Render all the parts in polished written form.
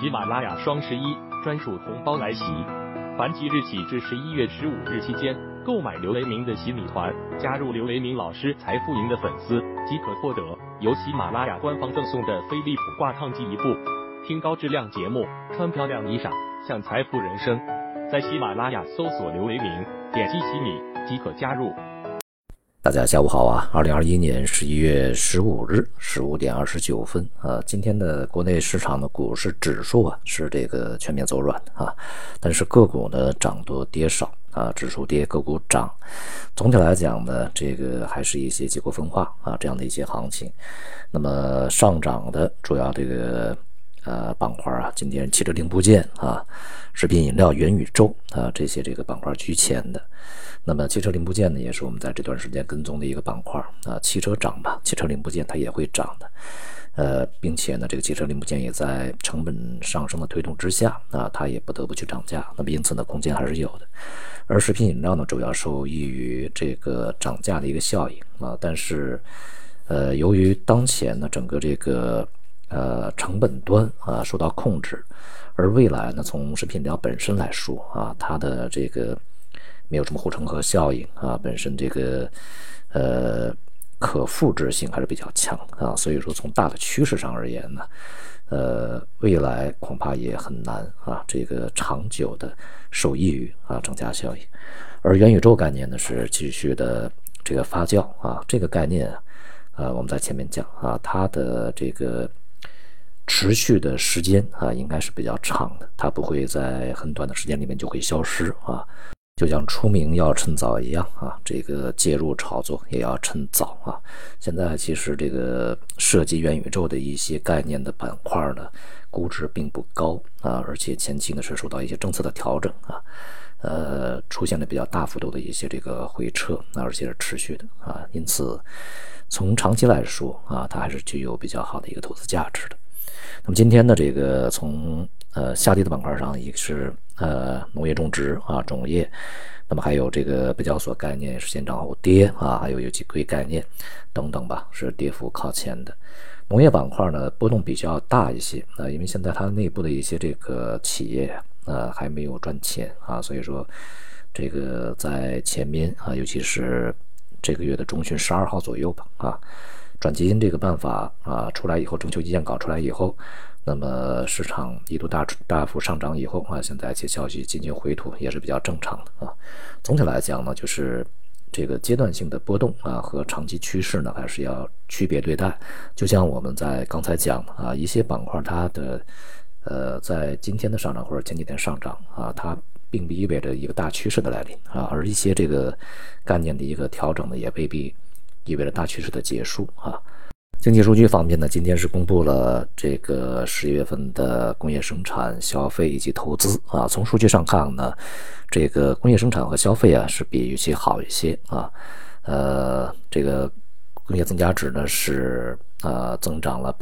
喜马拉雅双11专属红包来袭，凡即日起至11月15日期间购买刘雷明的洗米团，加入刘雷明老师财富营的粉丝，即可获得由喜马拉雅官方赠送的飞利浦挂烫机一部，听高质量节目，穿漂亮衣裳，享财富人生。在喜马拉雅搜索刘雷明，点击洗米即可加入。 大家下午好啊！2021年11月15日15点29分今天的国内市场的股市指数是这个全面走软但是个股呢涨多跌少指数跌个股涨，总体来讲呢这个还是一些结构分化这样的一些行情。那么上涨的主要这个板块今天汽车零部件食品饮料、元宇宙这些这个板块居前的。那么汽车零部件呢，也是我们在这段时间跟踪的一个板块汽车涨吧，汽车零部件它也会涨的。并且呢，这个汽车零部件也在成本上升的推动之下它也不得不去涨价。那么因此呢，空间还是有的。而食品饮料呢，主要受益于这个涨价的一个效应但是由于当前呢整个这个成本端受到控制，而未来呢从食品饮料本身来说它的这个没有什么护城河效应本身这个可复制性还是比较强所以说从大的趋势上而言呢未来恐怕也很难这个长久的受益于涨价效应。而元宇宙概念呢是继续的这个发酵这个概念我们在前面讲它的这个持续的时间应该是比较长的，它不会在很短的时间里面就会消失就像出名要趁早一样这个介入炒作也要趁早现在其实这个涉及元宇宙的一些概念的板块呢，估值并不高而且前期呢是受到一些政策的调整出现了比较大幅度的一些这个回撤而且是持续的因此从长期来说它还是具有比较好的一个投资价值的。那么今天的这个从下跌的板块上，一个是农业种植种业，那么还有这个北交所概念是先涨后跌还有机硅概念等等吧，是跌幅靠前的。农业板块呢波动比较大一些因为现在它内部的一些这个企业还没有赚钱所以说这个在前面尤其是这个月的中旬12号左右吧转基因这个办法出来以后，征求意见稿出来以后，那么市场一度大幅上涨以后现在一些消息进行回吐也是比较正常的总体来讲呢，就是这个阶段性的波动和长期趋势呢还是要区别对待。就像我们在刚才讲一些板块它的在今天的上涨或者前几天上涨它并不意味着一个大趋势的来临而一些这个概念的一个调整呢也未必意味着大趋势的结束经济数据方面呢，今天是公布了这个10月份的工业生产、消费以及投资从数据上看呢，这个工业生产和消费是比预期好一些这个工业增加值呢是增长了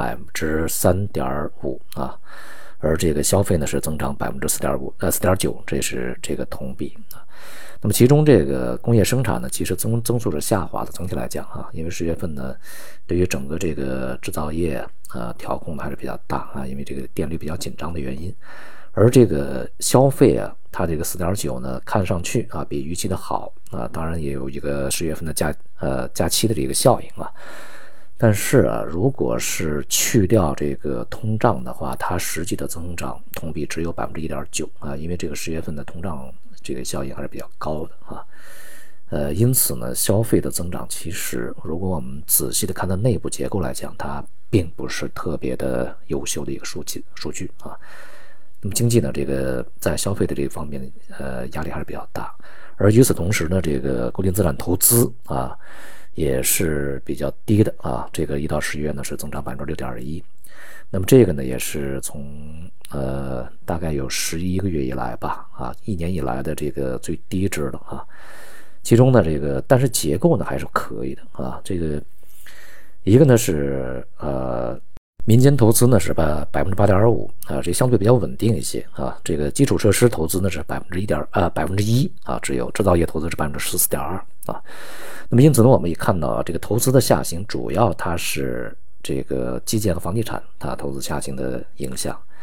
3.5% 而这个消费呢是增长 4.9%， 这是这个同比那么其中这个工业生产呢其实增速是下滑的，总体来讲因为10月份呢对于整个这个制造业调控还是比较大因为这个电力比较紧张的原因。而这个消费它这个 4.9 呢看上去比预期的好当然也有一个10月份的假期的这个效应但是如果是去掉这个通胀的话，它实际的增长同比只有 1.9% 因为这个10月份的通胀这个效应还是比较高的因此呢消费的增长其实如果我们仔细的看它内部结构来讲，它并不是特别的优秀的一个数据那么经济呢这个在消费的这个方面压力还是比较大。而与此同时呢，这个固定资产投资也是比较低的这个1到10月呢是增长 6.1%。 那么这个呢也是从大概有11个月以来吧1年以来的这个最低值的其中呢这个但是结构呢还是可以的这个一个呢是民间投资呢是8.5%这相对比较稳定一些这个基础设施投资呢是1%只有制造业投资是 14.2% 那么因此呢我们也看到这个投资的下行主要它是这个基建和房地产它投资下行的影响。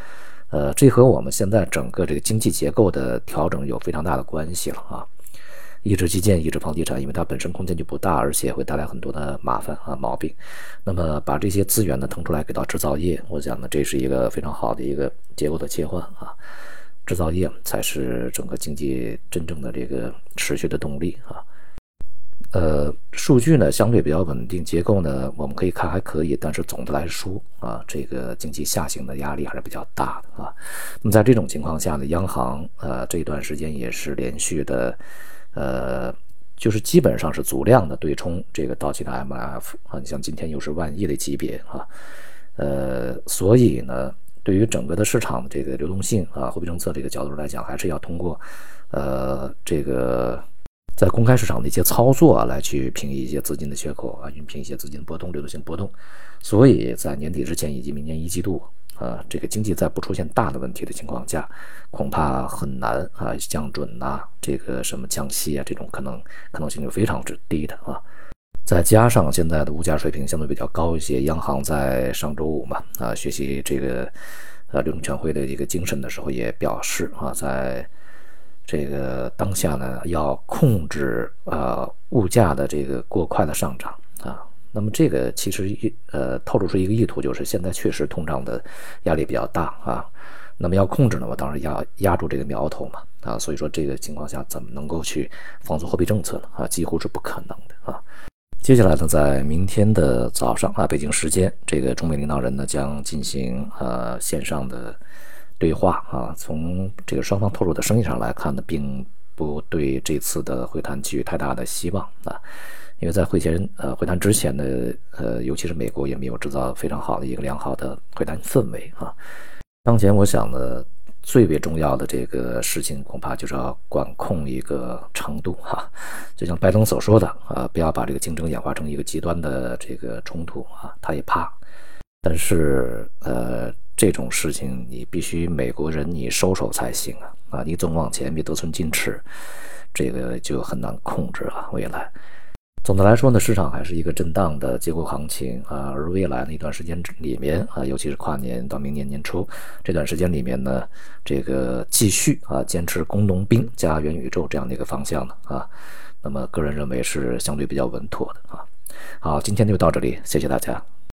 这和我们现在整个这个经济结构的调整有非常大的关系了啊。抑制基建，抑制房地产，因为它本身空间就不大，而且会带来很多的麻烦啊毛病。那么把这些资源呢腾出来给到制造业，我想呢这是一个非常好的一个结构的切换啊。制造业才是整个经济真正的这个持续的动力啊。数据呢相对比较稳定，结构呢我们可以看还可以，但是总的来说啊，这个经济下行的压力还是比较大的啊。那么在这种情况下呢，央行这段时间也是连续的就是基本上是足量的对冲这个到期的 MLF 啊，你像今天又是10000亿的级别啊，所以呢，对于整个的市场的这个流动性啊，货币政策这个角度来讲，还是要通过这个在公开市场的一些操作啊，来去平一些资金的缺口啊，平一些资金波动、流动性波动。所以在年底之前以及明年1季度这个经济在不出现大的问题的情况下，恐怕很难啊降准啊，这个什么降息啊，这种可能性就非常之低的啊。再加上现在的物价水平相对比较高一些，央行在上周五嘛学习这个流动全会的一个精神的时候也表示啊，在这个当下呢要控制物价的这个过快的上涨啊。那么这个其实透露出一个意图，就是现在确实通胀的压力比较大啊。那么要控制呢，我当然要压住这个苗头嘛啊。所以说这个情况下怎么能够去放松货币政策呢啊，几乎是不可能的啊。接下来呢，在明天的早上北京时间，这个中美领导人呢将进行线上的对话啊。从这个双方透露的声音上来看呢，并不对这次的会谈寄予太大的希望啊。因为在会谈之前呢，尤其是美国也没有制造非常好的一个良好的会谈氛围啊。当前我想呢，最为重要的这个事情恐怕就是要管控一个程度哈。就像拜登所说的不要把这个竞争演化成一个极端的这个冲突啊，他也怕。但是这种事情你必须美国人你收手才行啊，你总往前别得寸进尺，这个就很难控制了未来。总的来说呢，市场还是一个震荡的结构行情而未来的一段时间里面尤其是跨年到明年年初这段时间里面呢，这个继续坚持工农兵加元宇宙这样的一个方向呢那么个人认为是相对比较稳妥的好，今天就到这里，谢谢大家。